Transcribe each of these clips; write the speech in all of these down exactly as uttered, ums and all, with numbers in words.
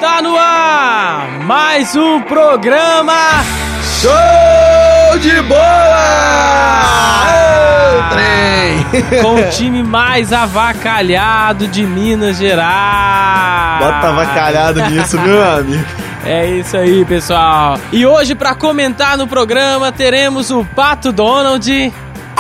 Está no ar mais um programa Show de Bola! Ô, trem! Com o time mais avacalhado de Minas Gerais. Bota avacalhado nisso, meu amigo. É isso aí, pessoal. E hoje, para comentar no programa, teremos o Pato Donald.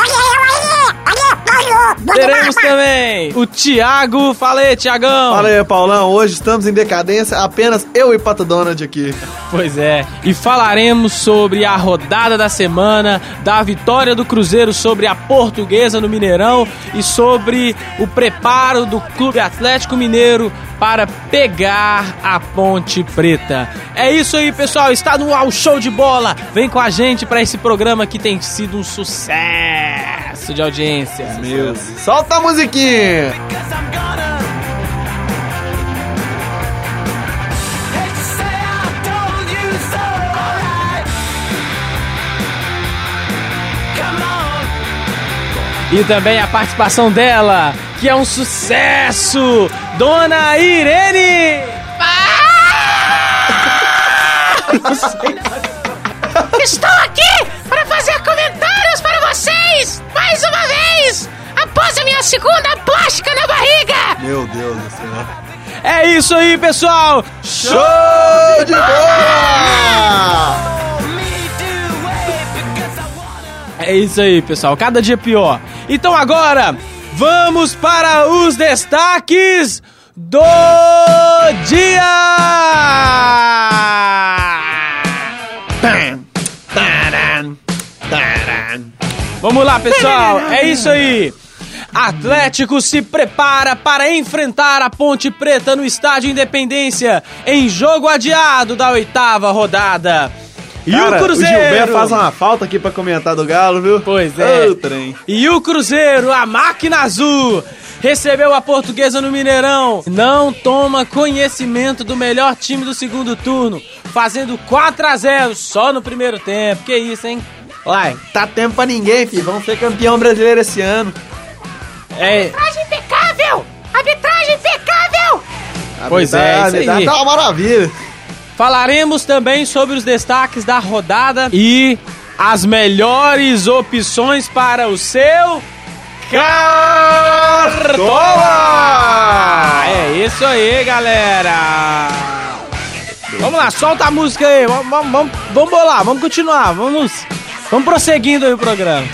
Teremos também o Thiago. Fala aí, Thiagão. Fala aí, Paulão. Hoje estamos em decadência, apenas eu e Pato Donald aqui. Pois é. E falaremos sobre a rodada da semana, da vitória do Cruzeiro sobre a Portuguesa no Mineirão e sobre o preparo do Clube Atlético Mineiro para pegar a Ponte Preta. É isso aí, pessoal. Está no ar o Show de Bola. Vem com a gente para esse programa que tem sido um sucesso de audiência. Meu, solta a musiquinha. E também a participação dela, que é um sucesso, Dona Irene! Estou aqui para fazer comentários para vocês, mais uma vez, após a minha segunda plástica na barriga! Meu Deus do céu. É isso aí, pessoal! Show de bola! É isso aí, pessoal, cada dia pior. Então agora, vamos para os destaques do dia! Vamos lá, pessoal, é isso aí. Atlético se prepara para enfrentar a Ponte Preta no Estádio Independência em jogo adiado da oitava rodada. E Cara, o Cruzeiro... o Gilberto faz uma falta aqui pra comentar do Galo, viu? Pois é. Ô, trem. E o Cruzeiro, a máquina azul, recebeu a Portuguesa no Mineirão. Não toma conhecimento do melhor time do segundo turno, fazendo quatro a zero só no primeiro tempo. Que isso, hein? Uai, tá tempo pra ninguém, filho. Vamos ser campeão brasileiro esse ano. É. Arbitragem impecável! Arbitragem impecável! Pois é, isso aí. Tá uma maravilha. Falaremos também sobre os destaques da rodada e as melhores opções para o seu Cartola! É isso aí, galera! Vamos lá, solta a música aí, vamos, vamos, vamos, vamos bolar, vamos continuar, vamos, vamos prosseguindo aí o programa.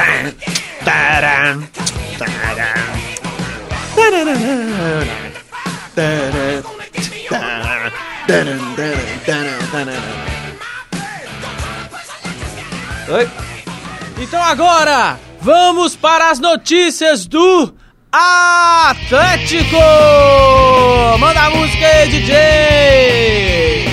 Oi? Então agora, vamos para as notícias do Atlético! Manda a música aí, D J!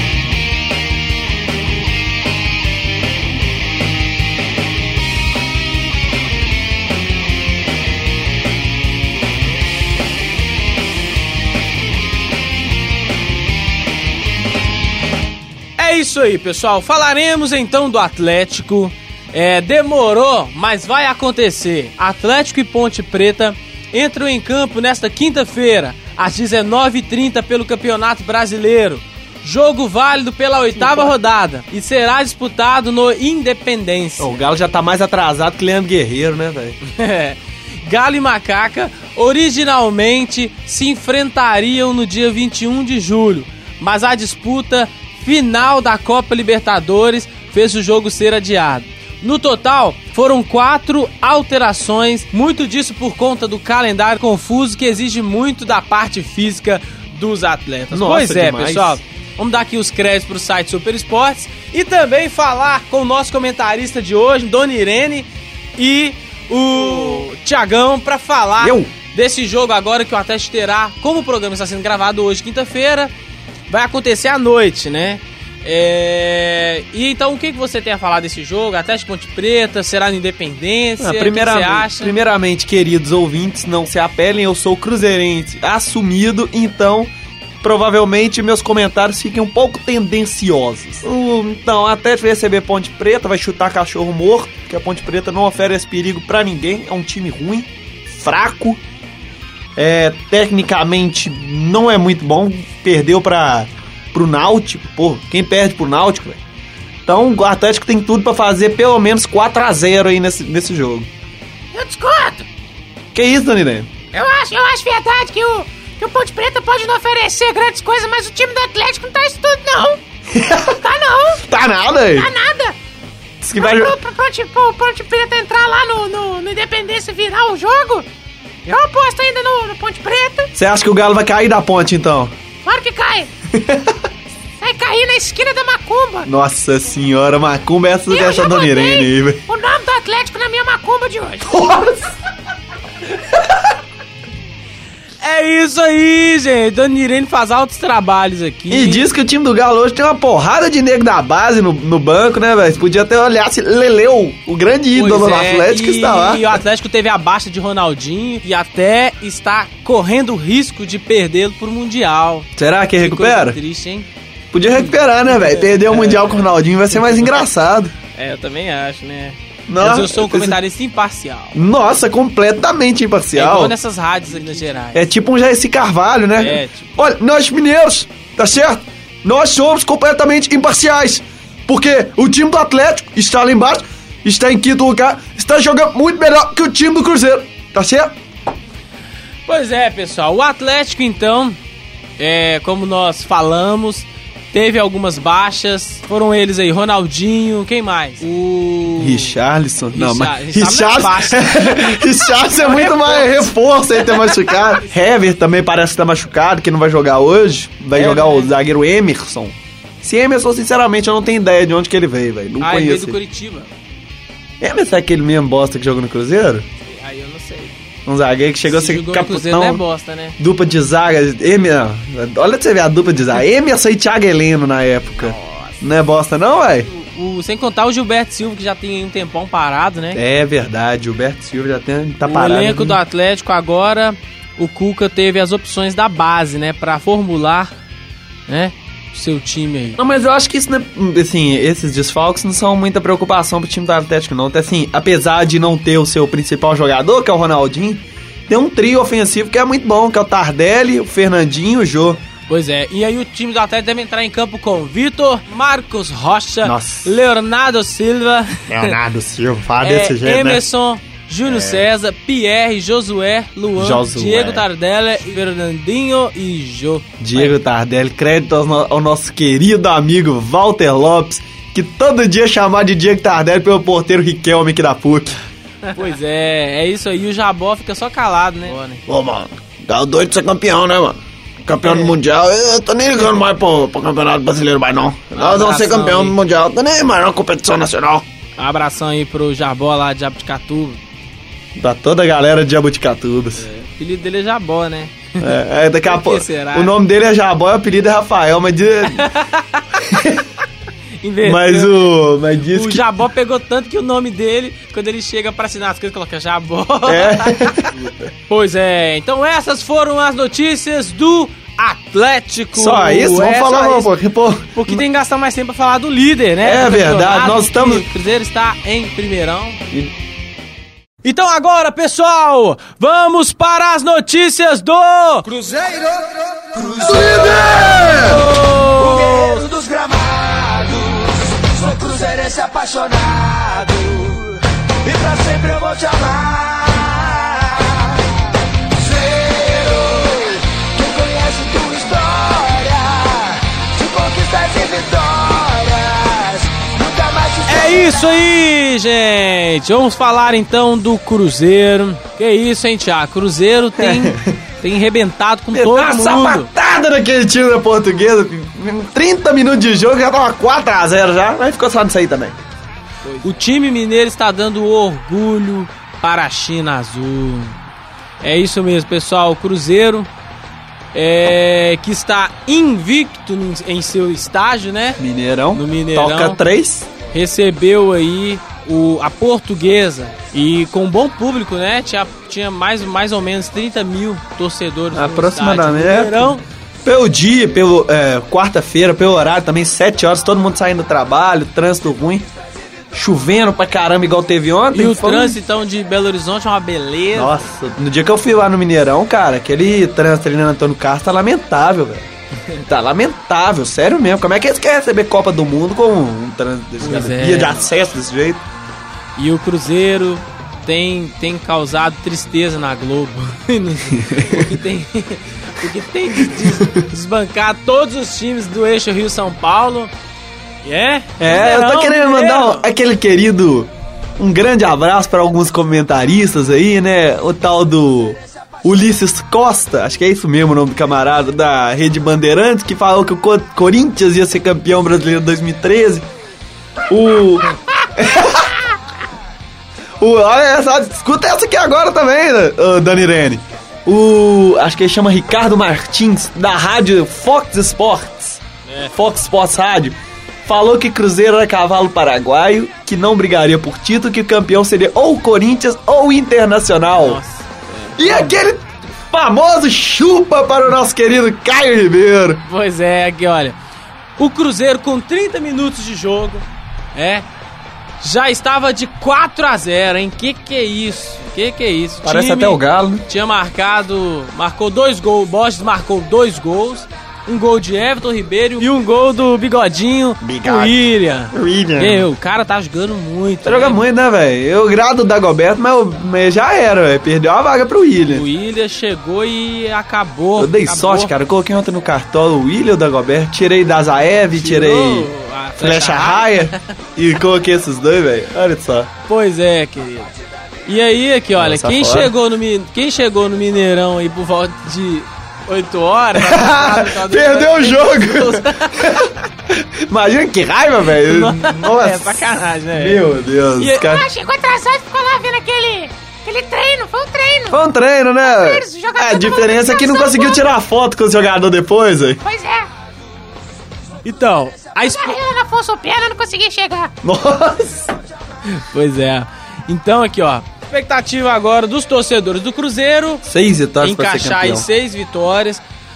É isso aí, pessoal. Falaremos então do Atlético. É, demorou, mas vai acontecer. Atlético e Ponte Preta entram em campo nesta quinta-feira, às dezenove e trinta, pelo Campeonato Brasileiro. Jogo válido pela oitava rodada e será disputado no Independência. O Galo já tá mais atrasado que Leandro Guerreiro, né, velho? É. Galo e Macaca originalmente se enfrentariam no dia vinte e um de julho, mas a disputa final da Copa Libertadores fez o jogo ser adiado. No total, foram quatro alterações, muito disso por conta do calendário confuso que exige muito da parte física dos atletas. Nossa, pois é, demais. pessoal, vamos dar aqui os créditos pro site Super Esportes e também falar com o nosso comentarista de hoje, Dona Irene, e o Thiagão, para falar Eu? desse jogo agora que o Atlético terá. Como o programa está sendo gravado hoje, quinta-feira, vai acontecer à noite, né? É... E então, o que, que você tem a falar desse jogo? Atlético Ponte Preta, será na Independência? Ah, o primeiramente, que, que você acha? primeiramente, queridos ouvintes, não se apelem, eu sou cruzeirense assumido, então provavelmente meus comentários fiquem um pouco tendenciosos. Uh, então, até vai receber Ponte Preta, vai chutar cachorro morto, porque a Ponte Preta não oferece perigo pra ninguém, é um time ruim, fraco, é, tecnicamente não é muito bom, perdeu pra pro Náutico. Pô, quem perde pro Náutico, velho? Então o Atlético tem tudo pra fazer pelo menos quatro a zero aí nesse, nesse jogo. Eu discordo. Que isso, Danilene? Eu acho, eu acho verdade que o, que o Ponte Preta pode não oferecer grandes coisas, mas o time do Atlético não tá isso tudo, não. Tá não. Tá nada aí. Tá nada. Diz que vai Pro, pro, pro, Ponte, pro Ponte Preta entrar lá no, no, no Independência e virar o jogo, eu aposto ainda no, no Ponte Preta. Você acha que o Galo vai cair da ponte, então? Claro que cai. Vai cair na esquina da Macumba. Nossa senhora, Macumba, essa E eu dessa já Dona Irene aí, botei velho. o nome do Atlético na minha Macumba de hoje. Nossa! É isso aí, gente. Dona Irene faz altos trabalhos aqui. E diz que o time do Galo hoje tem uma porrada de negro da base no, no banco, né, velho? Você podia até olhar se Leleu, o grande ídolo Pois do é, Atlético, e, está lá. E o Atlético teve a baixa de Ronaldinho e até está correndo o risco de perdê-lo pro Mundial. Será que Que recupera? coisa triste, hein? Podia recuperar, né, velho? Perder o Mundial com o Ronaldinho vai ser mais engraçado. É, eu também acho, né? Não, Mas eu sou um comentarista imparcial. Nossa, completamente É imparcial. igual nessas rádios ali nas Gerais. É tipo um Jaircy Carvalho, né? É, tipo- Olha, nós mineiros, tá certo? Nós somos completamente imparciais. Porque o time do Atlético está lá embaixo, está em quinto lugar, está jogando muito melhor que o time do Cruzeiro, tá certo? Pois é, pessoal. O Atlético, então, é, como nós falamos, teve algumas baixas. Foram eles aí, Ronaldinho, quem mais? O... Richarlison. Não, mas Richarlison Richarlison, Richarlison é muito mais reforço aí ter machucado. Hever também parece que tá machucado, que não vai jogar hoje. Vai É, jogar né? o zagueiro Emerson. Se Emerson, sinceramente, eu não tenho ideia de onde que ele veio, velho. Não Ah, ele veio conheço. do Curitiba. Emerson é aquele mesmo bosta que joga no Cruzeiro? Aí eu não sei. Um zagueiro que chegou Se a ser jogou no Cruzeiro não é capitão. bosta, né? Dupla de zaga. Emer... Olha pra você ver a dupla de zaga. Emerson e Thiago Heleno na época. Nossa. Não é bosta, não, velho? O, sem contar o Gilberto Silva, que já tem um tempão parado, né? É verdade. O Gilberto Silva já tem, tá o parado. elenco do Atlético agora, o Cuca teve as opções da base, né? Pra formular, né? O seu time aí. Não, mas eu acho que isso, né, assim, esses desfalques não são muita preocupação pro time do Atlético, não. Até assim, apesar de não ter o seu principal jogador, que é o Ronaldinho, tem um trio ofensivo que é muito bom, que é o Tardelli, o Fernandinho e o Jô. Pois é, e aí o time do Atlético deve entrar em campo com Vitor, Marcos Rocha, Nossa. Leonardo Silva, Leonardo Silva, fala é, Emerson, Júnior César, Pierre, Josué, Luan, Josué. Diego Tardelli, Fernandinho e Jô. Diego Tardelli, crédito ao, no- ao nosso querido amigo Walter Lopes, que todo dia chamar de Diego Tardelli pelo porteiro Riquelme aqui da P U C. Pois é, é isso aí, o Jabó fica só calado, né? Ô, mano, tá doido de ser campeão, né, mano? Campeão do Mundial, eu tô nem ligando mais pro, pro Campeonato Brasileiro, mais não. Nós vamos ser campeão aí. do Mundial, tô nem mais na competição nacional. Um abração aí pro Jabó lá de Jabuticatuba. Pra toda a galera de Jabuticatubas. O apelido dele é Jabó, né? É, é, daqui a Por que pouco. será? O nome dele é Jabó e o apelido é Rafael, mas diz, Inverteu. mas o. Mas diz O que. Jabó pegou tanto que o nome dele, quando ele chega pra assinar as coisas, coloca Jabó. É. Pois é, então essas foram as notícias do Atlético. Só isso? Vamos É, falar só um isso. pouquinho, pô. Porque tem que gastar mais tempo pra falar do líder, né? É do verdade, campeonato, nós estamos- que O Cruzeiro está em primeirão. Então agora, pessoal, vamos para as notícias do Cruzeiro, Líder! o guerreiro dos gramados. Sou cruzeirense apaixonado e pra sempre eu vou te amar. Cruzeiro, quem conhece tua história, de conquistas e vitórias, nunca mais te É isso aí, gente. Vamos falar então do Cruzeiro. Que isso, hein, Thiago? Cruzeiro tem, tem arrebentado com todo Dá uma mundo. sapatada naquele time da Portuguesa. trinta minutos de jogo, já tava quatro a zero já. Mas ficou só nisso aí também. O time mineiro está dando orgulho para a China Azul. É isso mesmo, pessoal. O Cruzeiro, é, que está invicto no- em seu estágio, né? Mineirão. No Mineirão. Toca três. Recebeu aí o, a Portuguesa e com um bom público, né? Tinha, tinha mais, mais ou menos trinta mil torcedores no Aproximadamente. estádio do Mineirão. Pelo dia, pelo é, quarta-feira, pelo horário também, sete horas, todo mundo saindo do trabalho, trânsito ruim, chovendo pra caramba igual teve ontem. E o Foi um- trânsito então de Belo Horizonte é uma beleza. Nossa, no dia que eu fui lá no Mineirão, cara, aquele trânsito ali na Antônio Castro tá lamentável, velho. Tá lamentável, sério mesmo. Como é que eles querem receber Copa do Mundo com um trânsito desse Pois jeito? é. Via de acesso desse jeito? E o Cruzeiro tem, tem causado tristeza na Globo. Porque tem, porque tem des- desbancado todos os times do eixo Rio-São Paulo. É? É, eu tô Mineirão, querendo mandar Mineiro. um- aquele querido... Um grande abraço para alguns comentaristas aí, né? O tal do Ulisses Costa, acho que é isso mesmo o nome do camarada, da Rede Bandeirantes, que falou que o Co- Corinthians ia ser campeão brasileiro em dois mil e treze. O... o olha essa, escuta essa aqui agora também, né, ô, Dona Irene. O... acho que ele chama Ricardo Martins, da rádio Fox Sports. É. Fox Sports Rádio. Falou que Cruzeiro era cavalo paraguaio, que não brigaria por título, que o campeão seria ou o Corinthians ou o Internacional. Nossa. E aquele famoso chupa para o nosso querido Caio Ribeiro. Pois é, aqui olha. O Cruzeiro com trinta minutos de jogo, é, já estava de quatro a zero, hein? Que que é isso? Que que é isso? Parece Time até o Galo, né? Tinha marcado, marcou dois gols, Borges marcou dois gols. Um gol de Everton Ribeiro e um gol do Bigodinho, Bigode. o William. William. Meu, o cara tá jogando muito. Tá jogando né? muito, né, velho? Eu grado o Dagoberto, mas, eu- mas já era, velho. Perdeu a vaga pro William. O William chegou e acabou. Eu dei acabou. sorte, cara. Eu coloquei ontem no cartola o William e o Dagoberto. Tirei da Zaev, tirei Tirou a Flecha Raia e coloquei esses dois, velho. Olha só. Pois é, querido. E aí, aqui, olha, Nossa, quem fora. chegou, no, Mi- quem chegou no Mineirão aí por volta de oito horas... Perdeu o jogo. Imagina que raiva, velho. Nossa. É sacanagem, né? Meu Deus. E- cara. Ah, chegou atrasado e ficou lá vendo aquele, aquele treino. Foi um treino. Foi um treino, né? Eles, o jogador É, a tava diferença é que não passando conseguiu bola. tirar foto com o jogador depois, velho. Pois é. Então, a expo... Carreira na Afonso Pena, não consegui chegar. Nossa. Pois é. Então, aqui, ó. Expectativa agora dos torcedores do Cruzeiro Seis vitórias pra ser encaixar aí campeão. seis vitórias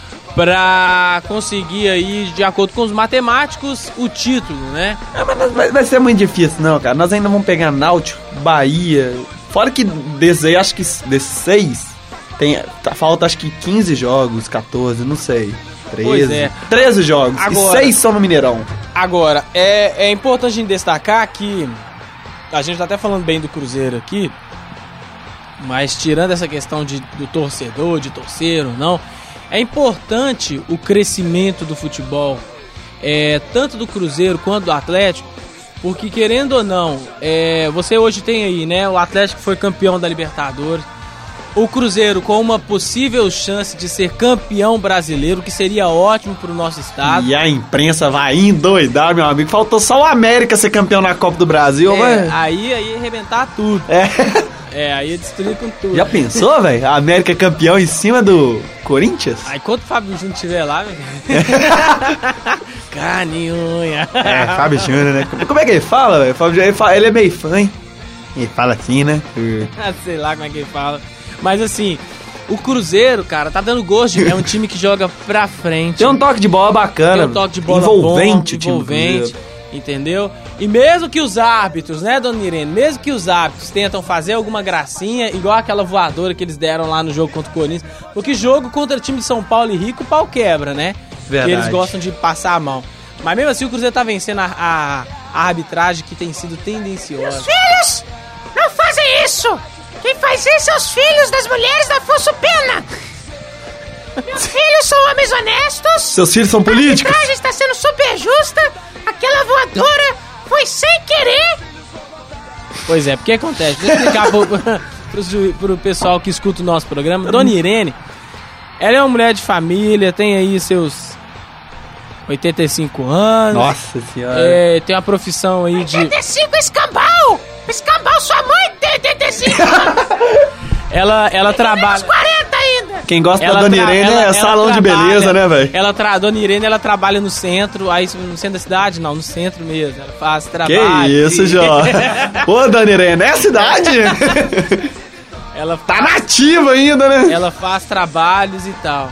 pra conseguir aí, de acordo com os matemáticos, o título, né? Ah, mas não vai, vai ser muito difícil, não, cara. Nós ainda vamos pegar Náutico, Bahia. Fora que desses aí, acho que desses seis, tem, tá, falta acho que quinze jogos, catorze, não sei. treze. Pois é. treze jogos. Agora- E seis são no Mineirão. Agora, é, é importante a gente destacar que a gente tá até falando bem do Cruzeiro aqui, mas tirando essa questão de, do torcedor, de torcer ou não, é importante o crescimento do futebol, é, tanto do Cruzeiro quanto do Atlético, porque querendo ou não, é, você hoje tem aí, né, o Atlético foi campeão da Libertadores, o Cruzeiro com uma possível chance de ser campeão brasileiro, que seria ótimo pro nosso estado. E a imprensa vai endoidar, meu amigo. Faltou só o América ser campeão na Copa do Brasil, É, mas... aí, aí ia arrebentar tudo. É. É, aí ia destruir com tudo. Já pensou, velho? A América campeão em cima do Corinthians? Aí quando o Fábio Júnior estiver lá, velho. Carne e unha. É, Fábio Júnior, né? Como é que ele fala, velho? Fábio Júnior, ele, fala- ele é meio fã, hein? Ele fala assim, né? Sei lá como é que ele fala. Mas assim, o Cruzeiro, cara, tá dando gosto. de- É um time que joga pra frente. Tem um toque de bola bacana. Tem um toque de bola envolvente, bom, o time do envolvente, Cruzeiro. entendeu? E mesmo que os árbitros, né, dona Irene, mesmo que os árbitros tentam fazer alguma gracinha, igual aquela voadora que eles deram lá no jogo contra o Corinthians, porque jogo contra o time de São Paulo e Rico, o pau quebra, né? Verdade. Que eles gostam de passar a mão. Mas mesmo assim o Cruzeiro tá vencendo a, a- a arbitragem que tem sido tendenciosa. Filhos, não fazem isso. Quem faz isso são os filhos das mulheres da Afonso Pena. Meus filhos são homens honestos. Seus filhos são A políticos? arbitragem está sendo super justa. Aquela voadora foi sem querer. Pois é, porque acontece. Deixa eu explicar pro, pro, ju- pro pessoal que escuta o nosso programa. Dona Irene, ela é uma mulher de família, tem aí seus oitenta e cinco anos. Nossa senhora. É, tem uma profissão aí de... oitenta e cinco escambau. Escambau, sua mãe tem oitenta e cinco. Ela, ela Menos trabalha... quarenta ainda. Quem gosta Ela da Dona tra- Irene ela- é ela salão de trabalha- beleza, né, velho? Ela tra... Dona Irene, ela trabalha no centro, aí no centro da cidade, não, no centro mesmo. Ela faz Que trabalho. isso, e- Jó. Ô, Dona Irene, é a cidade? ela Tá nativa ainda, né? Ela faz trabalhos e tal.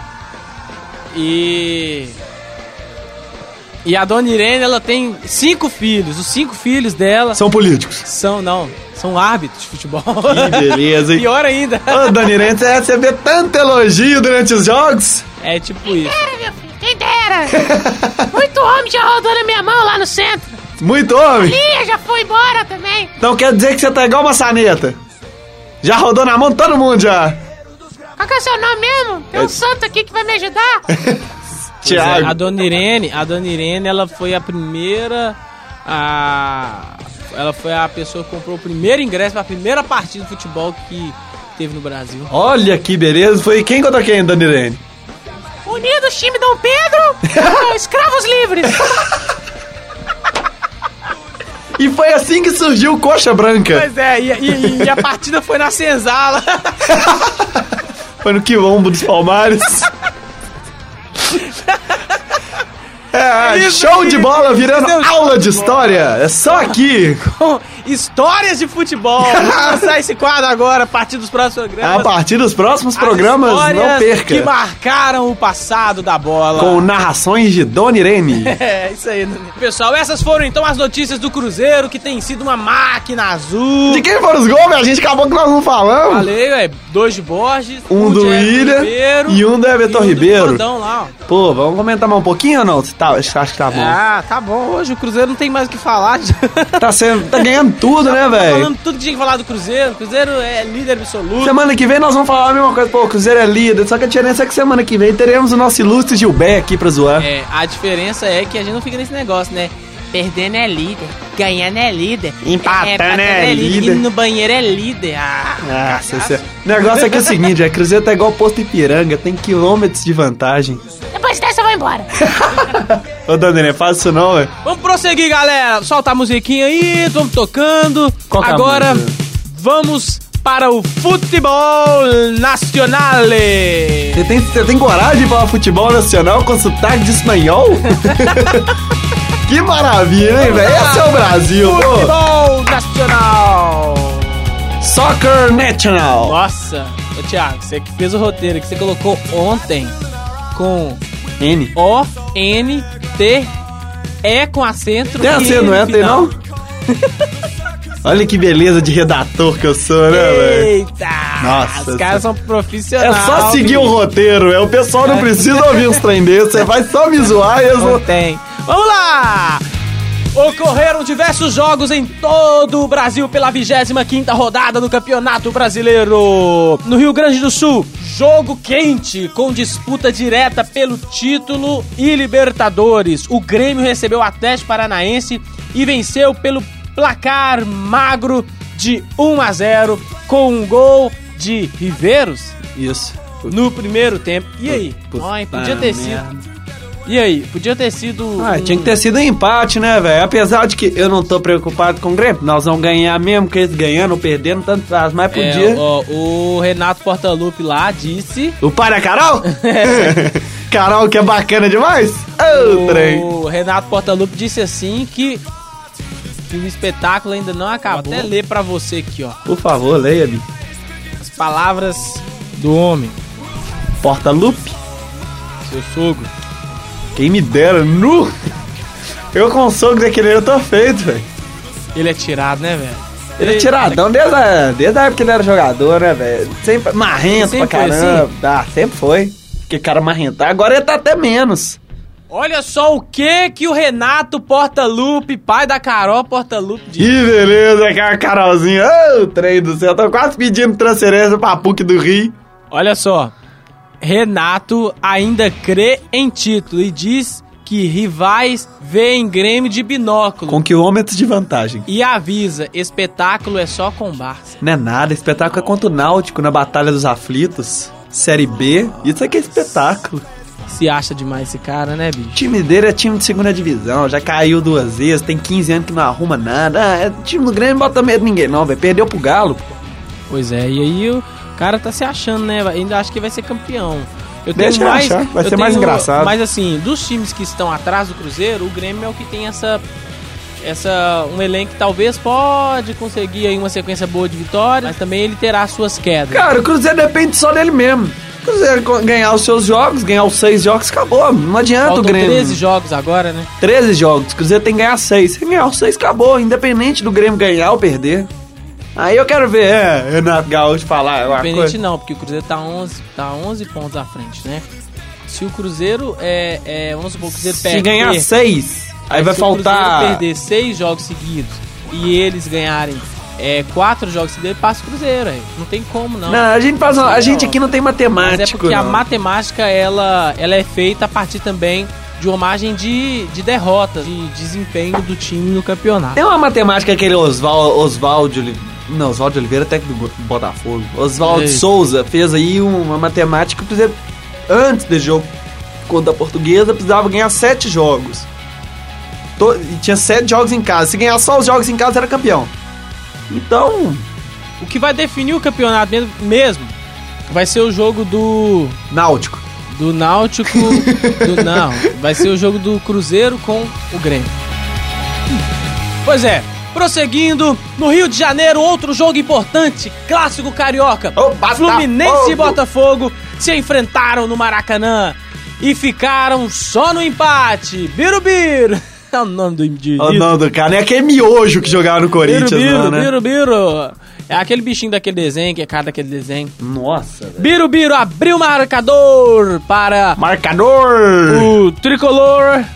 E... E a Dona Irene, ela tem cinco filhos. Os cinco filhos dela São políticos. são, não, são árbitros de futebol. Que beleza, hein? Pior ainda. Ô, Dona Irene, você recebeu tanto elogio durante os jogos? É tipo isso. Era, meu filho, quem dera. Muito homem já rodou na minha mão lá no centro. Muito homem? Ih, já foi embora também. Então quer dizer que você tá igual uma saneta. Já rodou na mão de todo mundo já. Qual que é o seu nome mesmo? Tem um É- santo aqui que vai me ajudar. Tiago. A dona Irene, a dona Irene, ela foi a primeira a ela foi a pessoa que comprou o primeiro ingresso para a primeira partida de futebol que teve no Brasil. Olha que beleza. Foi quem contra quem, dona Irene? Unidos, time Dom Pedro. Escravos livres. E foi assim que surgiu o Coxa Branca. Pois é, e, e- e a partida foi na senzala. Foi no quilombo dos Palmares. É, Isso show aí. de bola virando Deus. aula de história. É só aqui. Com histórias de futebol. Vamos lançar esse quadro agora, a partir dos próximos A programas. partir dos próximos As programas, histórias não perca. que marcaram o passado da bola. Com narrações de Dona Irene. É, isso aí. Pessoal, essas foram então as notícias do Cruzeiro, que tem sido uma máquina azul. De quem foram os gols, velho? A gente acabou que nós não falamos. Falei, ué, dois de Borges, Um do de Everton William Ribeiro, e um do Everton e um Ribeiro. Do Vandão lá, ó. Pô, vamos comentar mais um pouquinho ou não? Você tá, você acha que tá bom? Ah, tá bom. Hoje o Cruzeiro não tem mais o que falar. Tá, sendo, tá ganhando tudo, né, Tá velho? falando tudo que tinha que falar do Cruzeiro. O Cruzeiro é líder absoluto. Semana que vem nós vamos falar a mesma coisa. Pô, o Cruzeiro é líder. Só que a diferença é que semana que vem teremos o nosso ilustre Gilberto aqui pra zoar. É, a diferença é que a gente não fica nesse negócio, né? Perdendo é líder, ganhando é líder, Empatando é líder. indo no banheiro é líder. Ah, Nossa, esse é- o negócio é que é o seguinte, é Cruzeiro tá igual posto Ipiranga, tem quilômetros de vantagem. Depois dessa eu vou embora. Ô, Dona Irene, faz isso não, velho. Vamos prosseguir, galera. Solta a musiquinha aí, vamos tocando. Qual que é a Agora, música? vamos para o futebol nacional. Você tem, você tem coragem de falar futebol nacional com sotaque de espanhol? Que maravilha, hein, velho? Esse é o Brasil, pô. Futebol nacional. Soccer National. Nossa, ô Thiago, você que fez o roteiro que você colocou ontem com N. O, N, T, E com acento. Tem e acento, não é? no Tem final. não? Olha que beleza de redator que eu sou, né, velho? Eita! Nossa, Os caras essa- são É profissionais. só seguir o roteiro, é. O pessoal não precisa ouvir uns trem desses, você vai só me zoar e eu Não vou... tem. Vamos lá! Ocorreram diversos jogos em todo o Brasil pela vigésima quinta rodada do Campeonato Brasileiro. No Rio Grande do Sul, jogo quente com disputa direta pelo título e Libertadores. O Grêmio recebeu o Atlético Paranaense e venceu pelo placar magro de um a zero com um gol de Riveiros Isso. no primeiro tempo. E aí? Puta Ai, podia ter sido. merda. E aí? Podia ter sido. Ah, um- tinha que ter sido um empate, né, velho? Apesar de que eu não tô preocupado com o Grêmio, nós vamos ganhar mesmo, que eles ganhando ou perdendo, tanto faz, mas É, podia... ó, o Renato Portaluppi lá disse. O pai da Carol? Carol, que é bacana demais? Ô, trem. O Renato Portaluppi disse assim que, que o espetáculo ainda não acabou. Vou até ler pra você aqui, ó. Por favor, leia-me. As palavras do homem, Porta-Lupe? seu sogro. Quem me dera, nu! Eu com o sogro daquele eu tô feito, velho. Ele é tirado, né, velho? Ele é tiradão desde a, desde a época que ele era jogador, né, velho? Sempre marrento Sempre pra foi caramba. assim? Ah, sempre foi. Que cara marrento. Agora ele tá até menos. Olha só o que que o Renato Portaluppi, pai da Carol Portaluppi, disse. Que beleza, aquela Carolzinha. Ô, trem do céu. Tô quase pedindo transferência pra P U C do Rio. Olha só, Renato ainda crê em título e diz que rivais veem Grêmio de binóculo. Com quilômetros de vantagem. E avisa, espetáculo é só com Barça. Não é nada, espetáculo é contra o Náutico na Batalha dos Aflitos. Série B. Isso aqui é espetáculo. Se acha demais esse cara, né, bicho? O time dele é time de segunda divisão, já caiu duas vezes, tem quinze anos que não arruma nada. Ah, é time do Grêmio, não bota medo de ninguém não, velho. Perdeu pro Galo, pô. Pois é, e aí o cara tá se achando, né? Ainda acho que vai ser campeão. Eu Deixa ele achar, vai eu ser mais engraçado. Mas assim, dos times que estão atrás do Cruzeiro, o Grêmio é o que tem essa... essa um elenco que talvez pode conseguir aí uma sequência boa de vitórias, mas também ele terá suas quedas. Cara, o Cruzeiro depende só dele mesmo. O Cruzeiro ganhar os seus jogos, ganhar os seis jogos, acabou. Não adianta Faltam o Grêmio. treze jogos agora, né? treze jogos, o Cruzeiro tem que ganhar seis. Se ganhar os seis, acabou. Independente do Grêmio ganhar ou perder. Aí eu quero ver, é, Renato Gaúcho falar uma Independente coisa. não, porque o Cruzeiro tá onze, tá onze pontos à frente, né? se o Cruzeiro é, é vamos supor, o Cruzeiro Se perde, ganhar perder, seis, aí vai se faltar... o Cruzeiro perder seis jogos seguidos e eles ganharem é, quatro jogos seguidos, ele passa o Cruzeiro, aí. Não tem como, não. Não, a gente, faz, a gente aqui não tem Mas matemática. é porque não. a matemática, ela, ela é feita a partir também de uma margem de, de derrota, de desempenho do time no campeonato. Tem uma matemática, aquele Oswaldo Oswaldo Oliveira. Não, Oswaldo Oliveira é técnico do Botafogo. Oswaldo Ei. Souza fez aí uma matemática que, por exemplo, antes desse jogo contra a Portuguesa, precisava ganhar sete jogos. To- E tinha sete jogos em casa. Se ganhar só os jogos em casa, era campeão. Então, O que vai definir o campeonato mesmo, mesmo vai ser o jogo do, Náutico. do Náutico. do, não, vai ser o jogo do Cruzeiro com o Grêmio. Pois é, prosseguindo, no Rio de Janeiro, outro jogo importante, clássico carioca. Ô, Botafogo! Fluminense e Botafogo se enfrentaram no Maracanã e ficaram só no empate. Birubiru. É o nome do indivíduo. O nome do cara, não é aquele miojo que jogava no Corinthians, Birubiru, não, né? Birubiru. É aquele bichinho daquele desenho, que é cara daquele desenho. Nossa, velho. Birubiru abriu o marcador para Marcador! o Tricolor,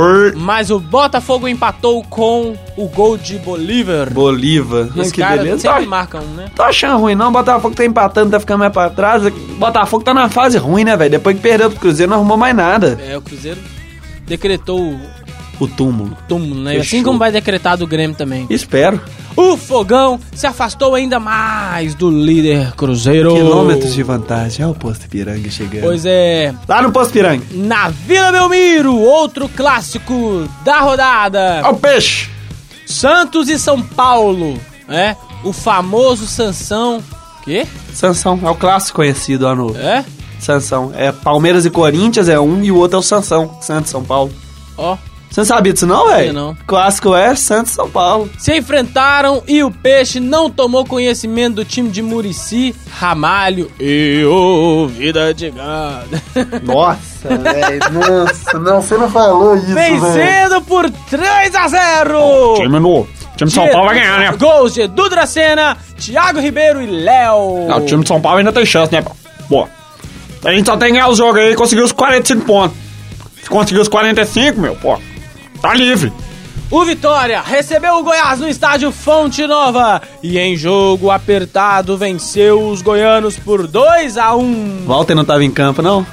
mas o Botafogo empatou com o gol de Bolívar. Bolívar. Ai, Esse que cara beleza. sempre Tá- marca um, né? Tô achando ruim, não. O Botafogo tá empatando, tá ficando mais pra trás. O Botafogo tá na fase ruim, né, velho? Depois que perdeu pro Cruzeiro, não arrumou mais nada. É, o Cruzeiro decretou o O túmulo. túmulo, né? Fechou. Assim como vai decretar do Grêmio também. Espero. O Fogão se afastou ainda mais do líder Cruzeiro. Quilômetros de vantagem. Olha o Posto Piranga chegando. Pois é, Lá no Posto Piranga. na Vila Belmiro, outro clássico da rodada. Olha o peixe. Santos e São Paulo, né? O famoso Sansão. Quê? Sansão. É o clássico conhecido lá no É? Sansão. É Palmeiras e Corinthians é um e o outro é o Sansão. Santos e São Paulo. Ó. Você não sabia disso não, velho? Não. Clássico é Santos e São Paulo. Se enfrentaram e o Peixe não tomou conhecimento do time de Muricy, Ramalho e o Vida de Gado. Nossa, velho. Nossa, não, você não falou isso, Vencendo por três a zero. Time no... time de São Paulo vai ganhar, né? Gols de Edu Dracena, Thiago Ribeiro e Léo. Não, o time de São Paulo ainda tem chance, né, pô? Pô, a gente só tem que ganhar os jogos aí e conseguir os quarenta e cinco pontos. Se conseguir os quarenta e cinco, meu, pô, tá livre. O Vitória recebeu o Goiás no estádio Fonte Nova e em jogo apertado venceu os goianos por dois a um. Walter não tava em campo, não?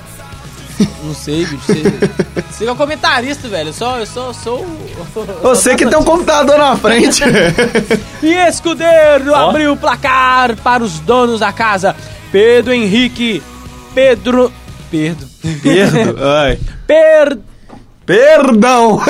Não sei, bicho. Você, você é o comentarista, velho. Eu sou, eu sou, sou o- Você que tem um computador na frente. E Escudeiro abriu o placar para os donos da casa. Pedro Henrique. Pedro. Pedro. Perdo. Ai. Per... Perdão.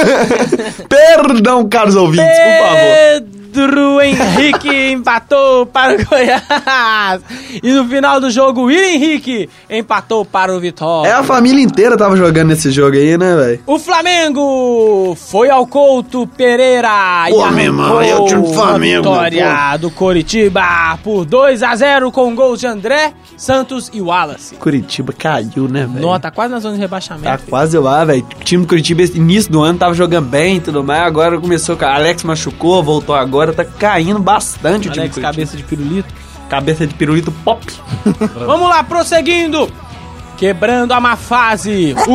Perdão, caros ouvintes, por favor. Pedro Henrique empatou para o Goiás. E no final do jogo, o William Henrique empatou para o Vitória. É, a família inteira tava jogando nesse jogo aí, né, velho? O Flamengo foi ao Couto Pereira e Pô, meu irmão, é o time do arrancou Flamengo, a vitória do Coritiba por dois a zero com gols de André, Santos e Wallace. Curitiba caiu, né, velho? Nota, tá quase na zona de Tá rebaixamento. quase lá, velho. O time do Curitiba, início do ano, tava jogando bem e tudo mais. Agora começou com a Alex machucou, voltou agora, tá caindo bastante o time Alex, do Curitiba. cabeça de pirulito. Cabeça de pirulito pop. Vamos lá, prosseguindo. Quebrando a má fase. O...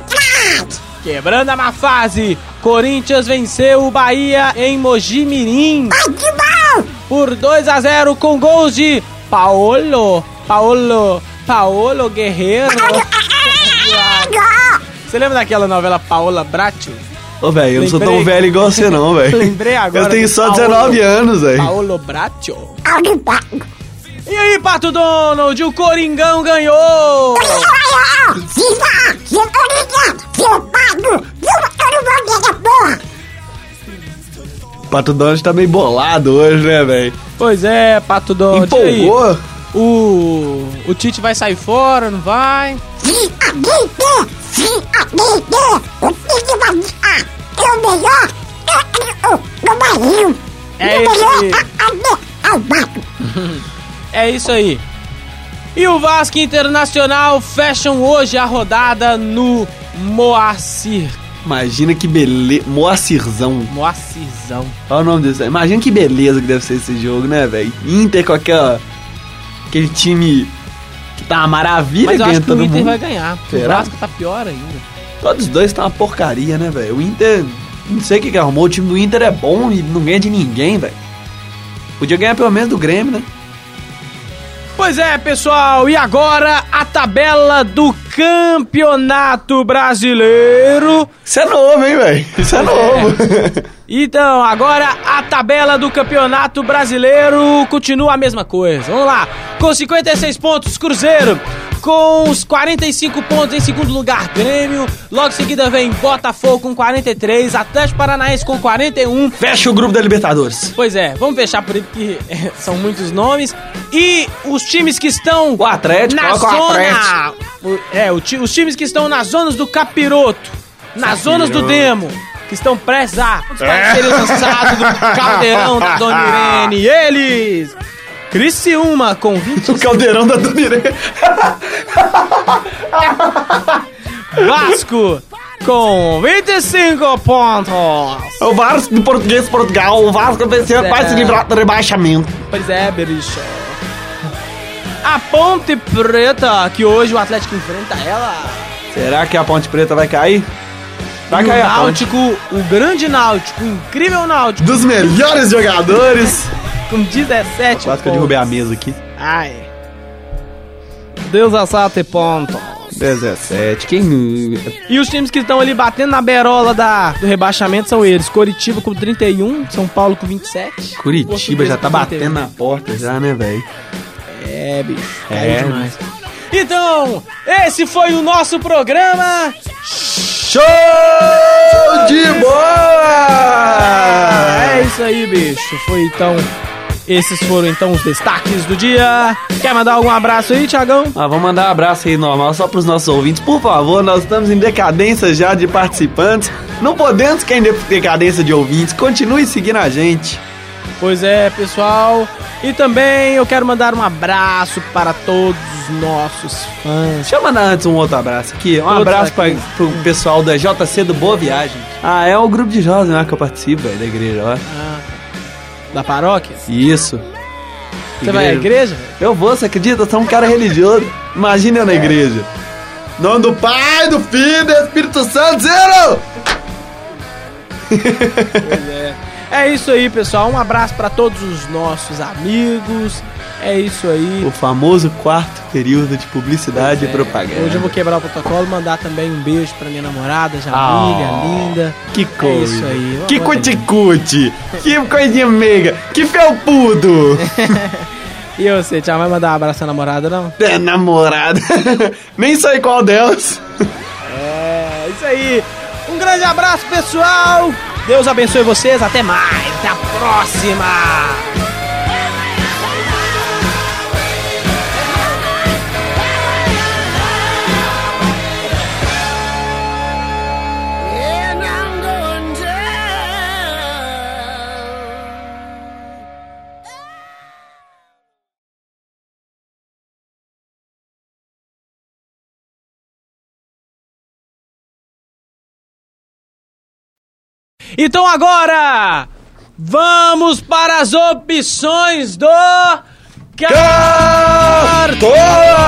Quebrando a má fase. Corinthians venceu o Bahia em Mojimirim por dois a zero com gols de Paolo. Paolo. Paolo Guerreiro. Você lembra daquela novela Paola Bracho? Ô, velho, eu não sou tão Lembrei. velho igual você não, velho. Lembrei agora Eu tenho do só Paolo. dezenove anos, velho. Paolo Bracho. E aí, Pato Donald, o Coringão ganhou! O Pato Donald tá meio bolado hoje, né, velho? Pois é, Pato Donald. E aí? Empolgou? O, o Tite vai sair fora, não vai? É esse. É isso aí. E o Vasco Internacional fecham hoje a rodada no Moacir. Imagina que beleza. Moacirzão. Moacirzão. Olha o nome desse. Imagina que beleza que deve ser esse jogo, né, velho? Inter com aquela. Aquele time que tá uma maravilha, Mas eu acho que o todo Inter mundo. vai ganhar. porque O Será? Vasco tá pior ainda. Todos os dois tá uma porcaria, né, velho? O Inter, não sei o que que arrumou, o time do Inter é bom e não ganha de ninguém, velho. Podia ganhar pelo menos do Grêmio, né? Pois é, pessoal, e agora a tabela do Campeonato Brasileiro. Isso é novo, hein, velho? Isso é novo. Então, agora a tabela do Campeonato Brasileiro continua a mesma coisa. Vamos lá, com cinquenta e seis pontos, Cruzeiro. Com os quarenta e cinco pontos em segundo lugar, Grêmio. Logo em seguida vem Botafogo com quarenta e três, Atlético Paranaense com quarenta e um. Fecha o grupo da Libertadores. Pois é, vamos fechar por aí porque é, são muitos nomes. E os times que estão O Atlético, na coloca o zona... o- É, o ti- os times que estão nas zonas do Capiroto, nas zonas do Demo, que estão prestes a serem lançados do caldeirão da Dona Irene. Eles... Criciúma com vinte. O caldeirão da Dona Irene. Vasco com vinte e cinco pontos. O Vasco do português de Portugal. O Vasco venceu, É. vai se livrar do rebaixamento. Pois é, bicho. A Ponte Preta, que hoje o Atlético enfrenta ela. Será que a Ponte Preta vai cair? Vai E cair o a Ponte. Náutico, o grande Náutico, o incrível Náutico, Dos melhores jogadores. com dezessete Quase que eu derrubei a mesa aqui. Ai. dezessete pontos. dezessete. Quem... E os times que estão ali batendo na berola da, do rebaixamento são eles. Coritiba com trinta e um, São Paulo com vinte e sete. Curitiba já tá Portuguesa com batendo na porta já, né, velho? É, bicho. É. É demais. Então, esse foi o nosso programa. Show de bola! É isso aí, bicho. Foi então. Esses foram então os destaques do dia. Quer mandar algum abraço aí, Thiagão? Ah, vamos mandar um abraço aí normal só pros nossos ouvintes. Por favor, nós estamos em decadência já de participantes. Não podemos ficar em de- decadência de ouvintes. Continue seguindo a gente. Pois é, pessoal. E também eu quero mandar um abraço para todos os nossos fãs. Deixa eu mandar antes um outro abraço aqui. Um Outro abraço pra, aqui. pro pessoal da J C do Boa Viagem. Ah, é o grupo de jovens lá que eu participo, velho, da igreja, ó. Ah, da paróquia? Isso. Você vai à igreja? Eu vou, você acredita? Eu sou um cara religioso. Imagina eu na igreja. Em nome do Pai, do Filho e do Espírito Santo, zero! Pois é. É isso aí, pessoal. Um abraço para todos os nossos amigos. É isso aí. O famoso quarto período de publicidade É, e propaganda. Hoje eu vou quebrar o protocolo e mandar também um beijo pra minha namorada, Jamília, Ah, linda. Que coisa. É isso aí. Que Vamos lá. cuticute. Que coisinha meiga. Que felpudo. E você, Thiago, vai mandar um abraço à namorada, não? É namorada. Nem sei qual delas. É, isso aí. Um grande abraço, pessoal. Deus abençoe vocês. Até mais. Até a próxima. And I'm going down. Então agora, vamos para as opções do... Cartola!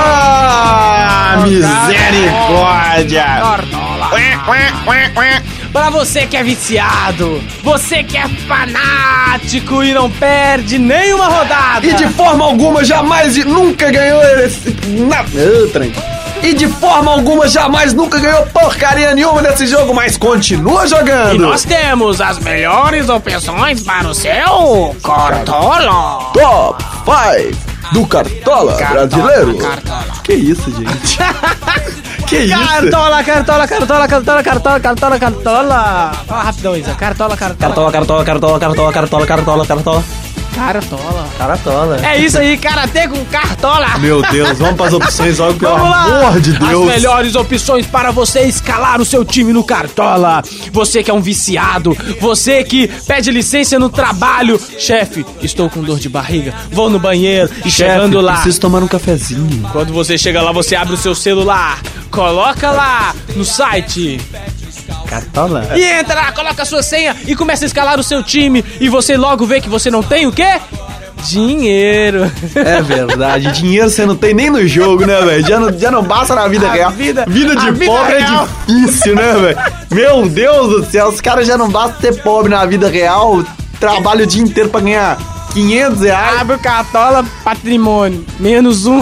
Misericórdia! Cartola. Para você que é viciado, você que é fanático e não perde nenhuma rodada. E de forma alguma jamais e nunca ganhou esse... Na... Ô, trem. E de forma alguma jamais nunca ganhou porcaria nenhuma nesse jogo, mas continua jogando. E nós temos as melhores opções para o seu Cartola. Top cinco do Cartola, brasileiro. Cartola. Que isso, gente? Que isso? Cartola, cartola, cartola, cartola, cartola, cartola, cartola. Fala rapidão, Isa. Cartola, cartola. Cartola, cartola, cartola, cartola, cartola, cartola, cartola. Cartola. Cartola. É isso aí, karatê com cartola. Meu Deus, vamos para as opções logo, pelo Vamos lá! amor de Deus. As melhores opções para você escalar o seu time no Cartola. Você que é um viciado, você que pede licença no trabalho. Chefe, estou com dor de barriga, vou no banheiro e chegando lá. Preciso tomar um cafezinho. Quando você chega lá, você abre o seu celular, coloca lá no site Cartola? e entra lá, coloca a sua senha e começa a escalar o seu time. E você logo vê que você não tem o quê? Dinheiro. É verdade, dinheiro você não tem nem no jogo, né, velho? Já não, já não basta na vida A real. vida- vida de a vida pobre real. é difícil, né, velho? Meu Deus do céu, os caras já não basta ser pobre na vida real, trabalha o dia inteiro pra ganhar quinhentos reais. Abre o Cartola, patrimônio. Menos um.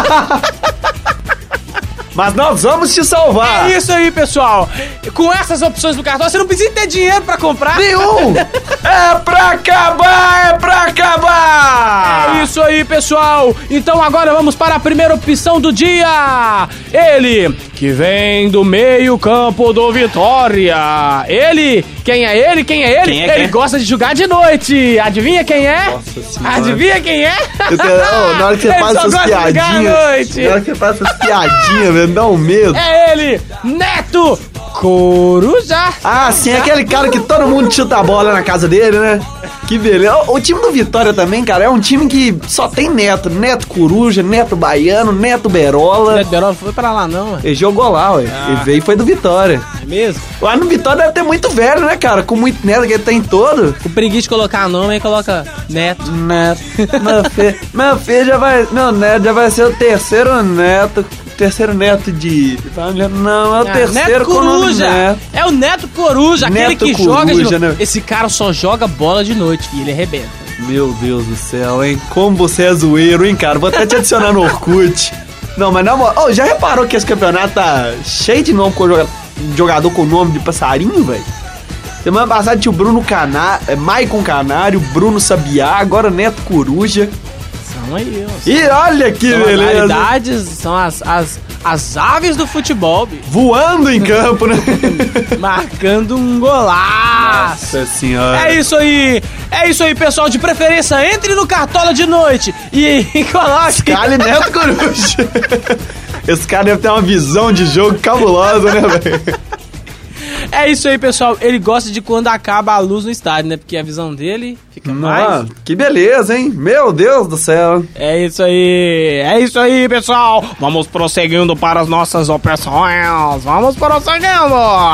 Mas nós vamos te salvar. É isso aí, pessoal. Com essas opções do Cartola, você não precisa ter dinheiro pra comprar. Nenhum! É pra acabar, é pra acabar! É isso aí, pessoal. Então agora vamos para a primeira opção do dia. Ele, que vem do meio campo do Vitória. Ele, quem é ele? Quem é ele? Quem é, ele quem é? gosta de jogar de noite. Adivinha quem é? Nossa senhora. Adivinha quem é? Eu tenho- oh, na hora que você Ele faz só essas gosta de jogar à piadinhas, noite. na hora que você faz essas piadinhas, velho, dá um medo. É ele, Neto Coruja. Ah, sim, aquele cara que todo mundo chuta a bola na casa dele, né? Que beleza. O, o time do Vitória também, cara, é um time que só tem Neto. Neto Coruja, Neto Baiano, Neto Berola. Neto Berola foi pra lá não, ué. Ele jogou lá, ué. Ele veio e foi do Vitória. É mesmo? Lá no Vitória deve ter muito velho, né, cara? Com muito neto que ele tem todo. O preguiça de colocar nome, aí coloca Neto. Neto. Meu filho, meu filho já vai... Meu neto já vai ser o terceiro neto. Terceiro neto de... Não, é o Ah, terceiro Neto com o nome Coruja. Neto. É o Neto Coruja, aquele Neto que Coruja, joga de noite. né? Esse cara só joga bola de noite e ele arrebenta. Meu Deus do céu, hein? Como você é zoeiro, hein, cara? Vou até te adicionar no Orkut. Não, mas na moral... Oh, já reparou que esse campeonato tá cheio de nome com jogador, jogador com nome de passarinho, velho? Semana passada tinha o Bruno Canário, é, Maicon Canário, Bruno Sabiá, agora Neto Coruja. São aí, ó. E olha que São as beleza! raridades, são as, as, as aves do futebol, bicho. Voando em campo, né? Marcando um golaço. Nossa senhora. É isso aí, é isso aí, pessoal. De preferência, entre no Cartola de noite e, e coloque. Cali Neto Coruja. Esse cara deve ter uma visão de jogo cabulosa, né, velho? É isso aí, pessoal. Ele gosta de quando acaba a luz no estádio, né? Porque a visão dele fica mais. Nossa, que beleza, hein? Meu Deus do céu. É isso aí, é isso aí, pessoal. Vamos prosseguindo para as nossas operações. Vamos prosseguindo.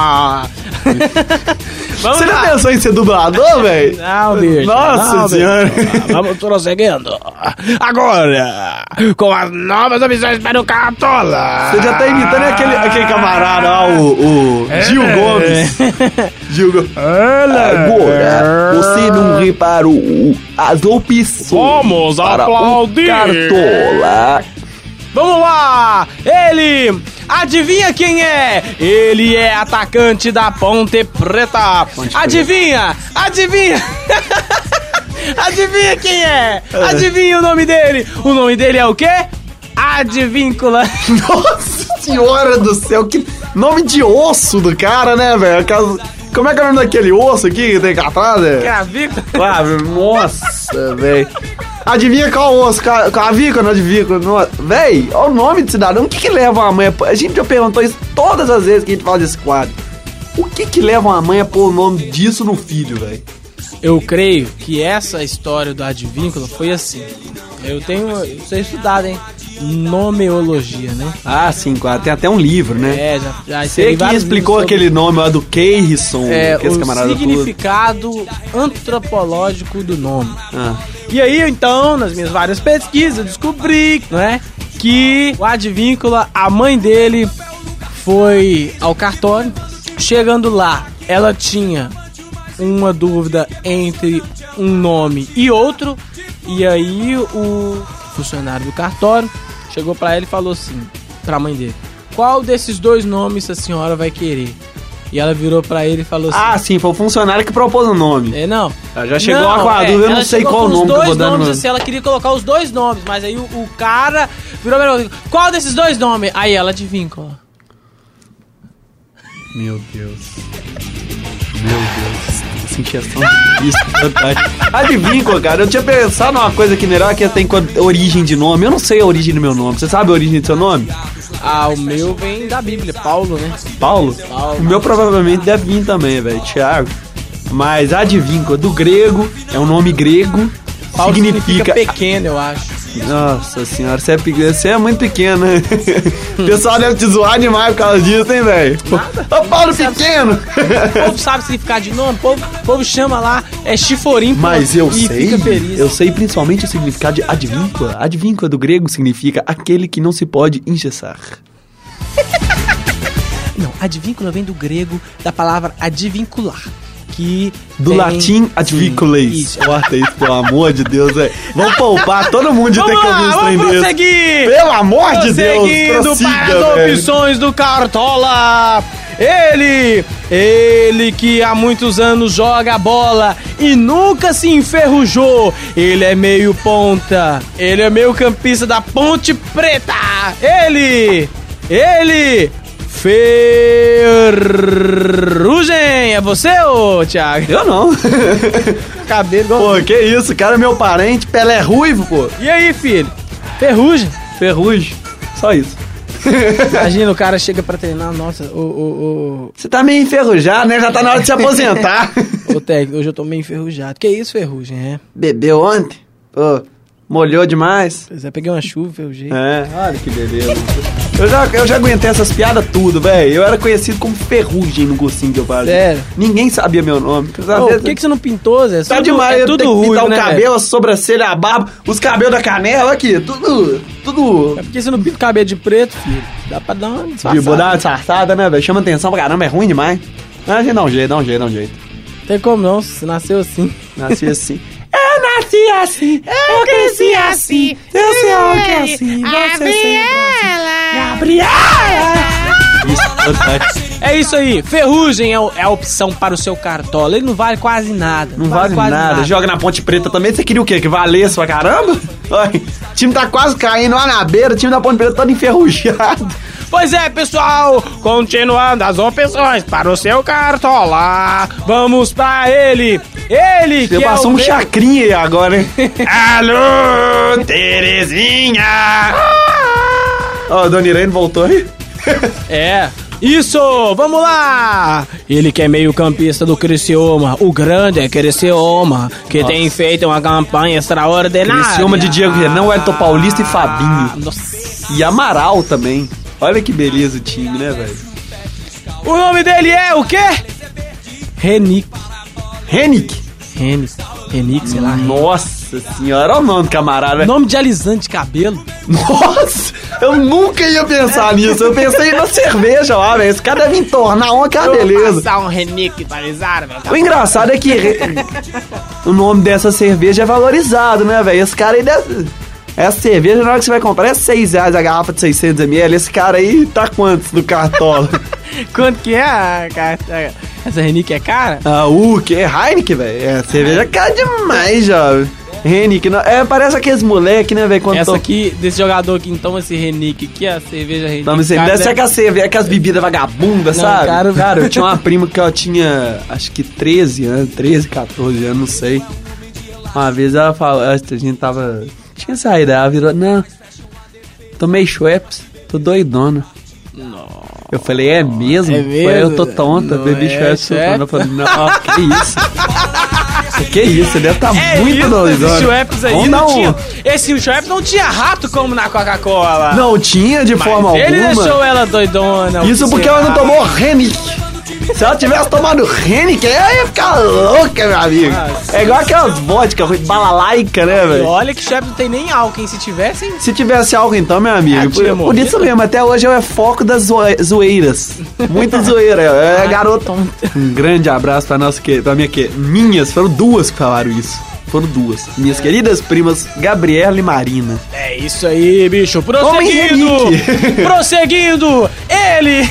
Vamos Você já lá. pensou em ser dublador, velho? Não, bicho. Nossa não, senhora. bicho. Vamos prosseguindo. Agora, com as novas opções para o Cartola. Você já tá imitando aquele, aquele camarada lá, o, o Gil Gomes. Gil Gomes. Agora, você não reparou as opções Vamos para aplaudir. o Cartola. Vamos lá! Ele! Adivinha quem é? Ele é atacante da Ponte Preta. Ponte Adivinha! Adivinha! Adivinha quem é? Adivinha o nome dele? O nome dele é o quê? Advíncula. Nossa senhora do céu, que nome de osso do cara, né, velho? Aquelas- Como é que é o nome daquele osso aqui que tem cá atrás, velho? Clavícula. Ah, nossa, velho. Adivinha qual osso? Ca- Clavícula, não adivinha? Não- Véi, olha o nome de cidadão. O que que leva uma mãe a... pôr- A gente já perguntou isso todas as vezes que a gente fala desse quadro. O que que leva uma mãe a pôr o nome disso no filho, velho? Eu creio que essa história do Advíncula foi assim. Eu tenho... Eu sei estudado, hein? Nomeologia, né? Ah, sim, claro. Tem até um livro, né? É, já... já Você tem que vários explicou livros sobre- aquele nome lá do Keirson, É, que esse o camarada tudo. significado antropológico do nome. Ah. E aí, então, nas minhas várias pesquisas, eu descobri, né, que o Advíncula, a mãe dele, foi ao cartório. Chegando lá, ela tinha uma dúvida entre um nome e outro. E aí, o funcionário do cartório chegou pra ela e falou assim, pra mãe dele: qual desses dois nomes a senhora vai querer? E ela virou pra ele e falou assim: Ah, sim, foi o funcionário que propôs o nome. é, não. Ela já chegou Não, lá com a é, dúvida, eu ela não sei chegou qual com os nome que eu dois vou dar no nomes, nome. assim, ela queria colocar os dois nomes, mas aí o, o cara virou pra ela: qual desses dois nomes? Aí ela advíncula. Meu Deus. Meu Deus. Essa injeção de isso, verdade. Advíncula, cara. Eu tinha pensado numa coisa que melhor que tem co- origem de nome. Eu não sei a origem do meu nome. Você sabe a origem do seu nome? Ah, o meu vem da Bíblia, Paulo, né? Paulo? Paulo. O meu provavelmente deve vir também, velho. Thiago. Mas advíncula, do grego, é um nome grego. Paulo significa, significa pequeno, eu acho. Nossa senhora, você é, pequeno, você é muito pequeno, né? O pessoal deve te zoar demais por causa disso, hein, velho? Ô, Paulo pequeno! O povo sabe significar de nome, o povo, o povo chama lá, é chiforim. Mas eu e sei, fica feliz. eu sei principalmente o significado de advíncula. Advíncula do grego significa aquele que não se pode engessar. Não, advíncula vem do grego, da palavra advincular. Que Do tem... latim advinculeis. Corta isso, pelo amor de Deus, velho. Vamos poupar todo mundo de ter que ouvir os trem vamos desse. prosseguir! Pelo amor de Deus, Prosseguindo prossiga, para as velho. opções do Cartola. Ele, ele que há muitos anos joga bola e nunca se enferrujou. Ele é meio ponta, ele é meio campista da Ponte Preta. Ele, ele... Ferrugem, é você, ô Thiago? Eu não. Cabelo igual... Pô, que isso, cara é meu parente, Pelé ruivo, pô. E aí, filho? Ferrugem? Ferrugem, só isso. Imagina, o cara chega pra treinar, nossa, ô, ô, Você tá meio enferrujado, né? Já tá na hora de se aposentar. ô, ô técnico, hoje eu tô meio enferrujado. Que isso, Ferrugem, é? Bebeu ontem? Pô, molhou demais. Pois é, peguei uma chuva, enferrujei. É, olha que beleza. Eu já, eu já aguentei essas piadas tudo, velho. Eu era conhecido como Ferrugem no cursinho que eu fazia. Sério? Ninguém sabia meu nome. Às Ô, vezes- por que, que você não pintou, Zé? Tá Tudo- demais, é eu tudo tenho que ruim, pintar o né, cabelo, velho? a sobrancelha, a barba, os cabelos da canela, aqui, tudo, tudo... É porque você não pinta o cabelo de preto, filho. Dá pra dar uma De disfarçada. botar uma disfarçada, né, velho? Chama atenção pra caramba, é ruim demais. Mas a gente dá um jeito, dá um jeito, dá um jeito. Tem como não, você nasceu assim. Nasci assim. Eu nasci assim, eu cresci assim, eu sei o que é assim, você sempre assim. Gabriela! É isso aí, Ferrugem é, o- é a opção para o seu Cartola. Ele não vale quase nada. Não vale quase nada. Joga na Ponte Preta também. Você queria o quê? Que valesse pra caramba? Olha, o time tá quase caindo lá na beira, o time da Ponte Preta todo enferrujado. Pois é, pessoal, continuando as opções para o seu Cartola, vamos pra ele, ele Você que passou é o um meu- chacrinha aí agora, hein? Alô, Terezinha! Ó, a Dona Irene voltou aí. É, isso, vamos lá! Ele que é meio campista do Criciúma, o grande é Criciúma, que Nossa. tem feito uma campanha extraordinária. Criciúma de Diego Renan, Wellington Paulista e Fabinho. Nossa. E Amaral também. Olha que beleza o time, né, velho? O nome dele é o quê? Renick. Henrique. Renick. Renick, sei lá. Nossa senhora, olha o nome do camarada. velho. Nome de alisante de cabelo. Nossa, eu nunca ia pensar nisso. Eu pensei na cerveja lá, velho. Esse cara deve entornar uma, que é uma beleza. Passar um Renick atualizado, velho. O engraçado é que re- o nome dessa cerveja é valorizado, né, velho? Esse cara aí deve... Essa cerveja, na hora que você vai comprar, é seis reais a garrafa de seiscentos mililitros. Esse cara aí tá quantos no Cartola? Quanto que é a, a- essa Renick é cara? Ah, o que? É Heineken, velho? É cerveja cara demais, jovem. Heineken, não- é, parece aqueles moleque, né, velho? Quando Essa tão- aqui, desse jogador aqui, então, esse Renick aqui, a cerveja Renick. Não, mas cara, deve ser né? aquelas cerveja, aquelas bebidas vagabundas, Não, sabe? cara- Cara, eu tinha uma prima que ela tinha, acho que treze anos, treze, catorze anos, não sei. Uma vez ela falou, a gente tava... Tinha saído, ela virou, não, tomei Schweppes, tô doidona. Eu falei, é mesmo? É Eu falei, mesmo? eu tô tonta, Não bebi é Schweppes, tô tonta. Eu Schweppes? falei, não, que isso? Que isso, você deve estar É muito isso, doidona. esse Schweppes aí Vamos não dar um- tinha... Esse Schweppes não tinha rato como na Coca-Cola. Não tinha de Mas forma ele alguma. deixou ela doidona. Isso porque ela não tomou Heineken. Se ela tivesse tomado Heineken, ela ia ficar louca, meu amigo. Nossa. É igual aquelas vodka, balalaica, né, E velho? olha que Schweppes não tem nem álcool, hein? Se tivesse, hein? Se tivesse algo então, meu amigo, Ah, por, tinha por morrido. isso mesmo, até hoje eu é foco das zoe- zoeiras. Muita zoeira, é Ah, garoto. tonta. Um grande abraço pra nossa, que, pra minha que, minhas, foram duas que falaram isso. Foram duas. Minhas queridas primas, Gabriela e Marina. É isso aí, bicho. Tomem Prosseguindo. Renick. Prosseguindo. Ele...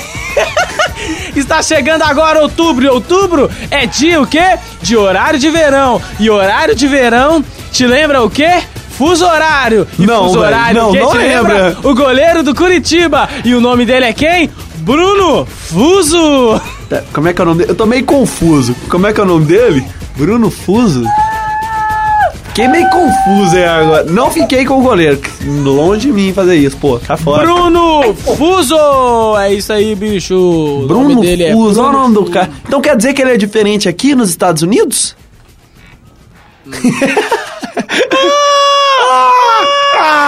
Está chegando agora outubro, e outubro é dia o quê? De horário de verão. E horário de verão te lembra o quê? Fuso horário. E Não, fuso velho, horário não, o quê? não te lembra. O goleiro do Curitiba. E o nome dele é quem? Bruno Fuso. Tá, como é que é o nome dele? Eu tô meio confuso. Como é que é o nome dele? Bruno Fuso? Fiquei meio confuso aí agora. Não fiquei com o goleiro. Longe de mim fazer isso, pô. Tá fora. Bruno Fuso. É isso aí, bicho. O Bruno nome dele é Fuso, olha o Bruno nome do Fuso. cara. Então quer dizer que ele é diferente aqui nos Estados Unidos? ah,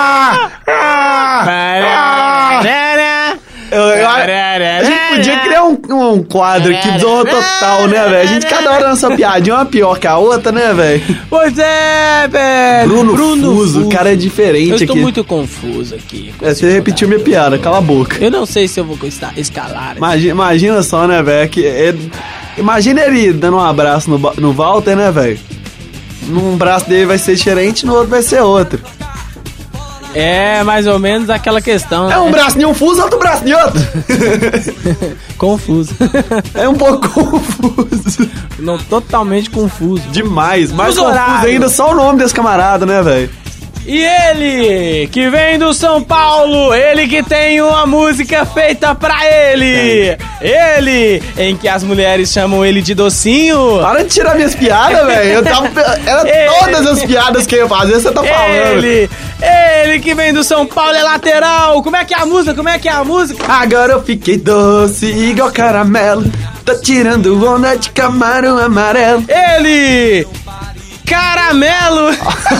criar um, um quadro aqui, zorro total, né, velho? A gente cada hora nossa piadinha, uma pior que a outra, né, velho? Pois é, velho. Bruno, Bruno Fuso, o cara é diferente aqui. Eu aqui. tô muito confuso aqui. É, você repetiu minha piada, cala a boca. Eu não sei se eu vou escalar. Imagina, imagina só, né, velho? Que é, imagina ele dando um abraço no, no Walter, né, velho? Num braço dele vai ser diferente, no outro vai ser outro. É, mais ou menos aquela questão, É né? um braço de um fuso, outro braço de outro. Confuso. É um pouco confuso. Não, totalmente confuso. Demais. Mais Fuso confuso horário. ainda só o nome desse camarada, né, velho? E ele, que vem do São Paulo, ele que tem uma música feita pra ele. Ele, em que as mulheres chamam ele de docinho. Para de tirar minhas piadas, velho. Eu tava. Era Ele. todas as piadas que eu ia fazer, você tá falando. Ele, ele que vem do São Paulo é lateral. Como é que é a música? Como é que é a música? Agora eu fiquei doce, igual caramelo. Tô tirando onda de camarão amarelo. Ele, caramelo.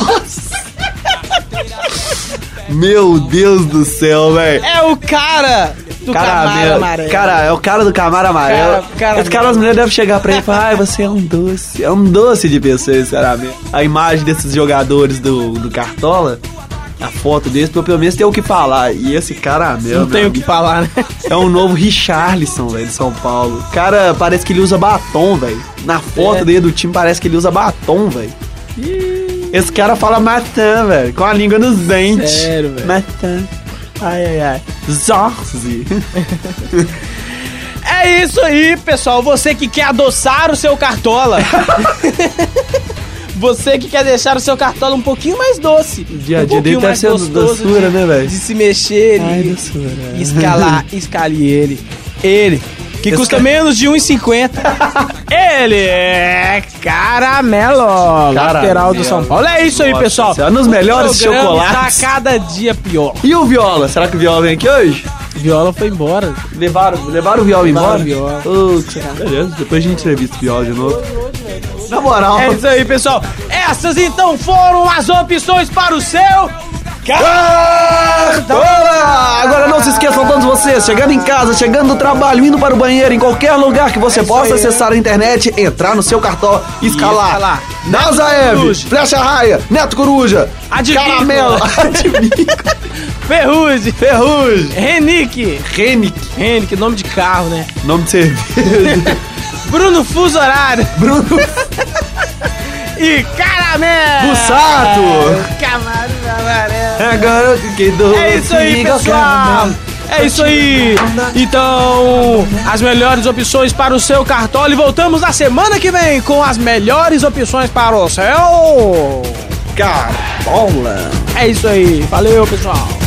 Meu Deus do céu, velho. É o cara do Camaro Amarelo. Cara, é o cara do Camaro Amarelo. Cara, cara Esse cara, as mulheres devem chegar pra ele e falar: ai, você é um doce. É um doce de pessoa, sinceramente. A imagem desses jogadores do, do Cartola, a foto deles, pelo menos tem o que falar. E esse caramelo. Não tem o que falar, né? É um novo Richarlison, velho, de São Paulo. O cara parece que ele usa batom, velho. Na foto É. dele do time parece que ele usa batom, velho. Esse cara fala maçã, velho, com a língua nos dentes. Sério, velho. Maçã. Ai, ai, ai. Zorzi. É isso aí, pessoal. Você que quer adoçar o seu Cartola. Você que quer deixar o seu Cartola um pouquinho mais doce. O dia a dia dele deve ser doçura, né, velho? De se mexer Ai, e, doçura. e escalar, escale ele. Ele, que Esse custa ca- menos de um real e cinquenta. Ele é caramelo, lateral do São Paulo. É isso aí, Nossa pessoal. Senhora, nos melhores O programa chocolates. Tá cada dia pior. E o Viola? Será que o Viola vem aqui hoje? Viola foi embora. Levaram, levaram o Viola Levaram embora? o Viola. Putz, beleza, depois a gente entrevista o Viola de novo. Na moral. É isso aí, pessoal. Essas então foram as opções para o seu Cartola! Agora não se esqueçam todos vocês, chegando em casa, chegando do trabalho, indo para o banheiro, em qualquer lugar que você É isso possa aí. acessar a internet, entrar no seu Cartola e escalar. escalar. Nazaev, Coruja. Flecha Raia, Neto Coruja, Advíncula. Caramelo, Advíncula, Ferrugem, Ferrugem, Renick. Renick, Renick, nome de carro, né? nome de cerveja, Bruno Fuso Horário. Bruno E Caramelo. Bussato. Camarão amarelo. Agora eu fiquei doce. É isso aí, igual pessoal. caramelo. É isso aí. Então, as melhores opções para o seu Cartola. E voltamos na semana que vem com as melhores opções para o seu Cartola. É isso aí. Valeu, pessoal.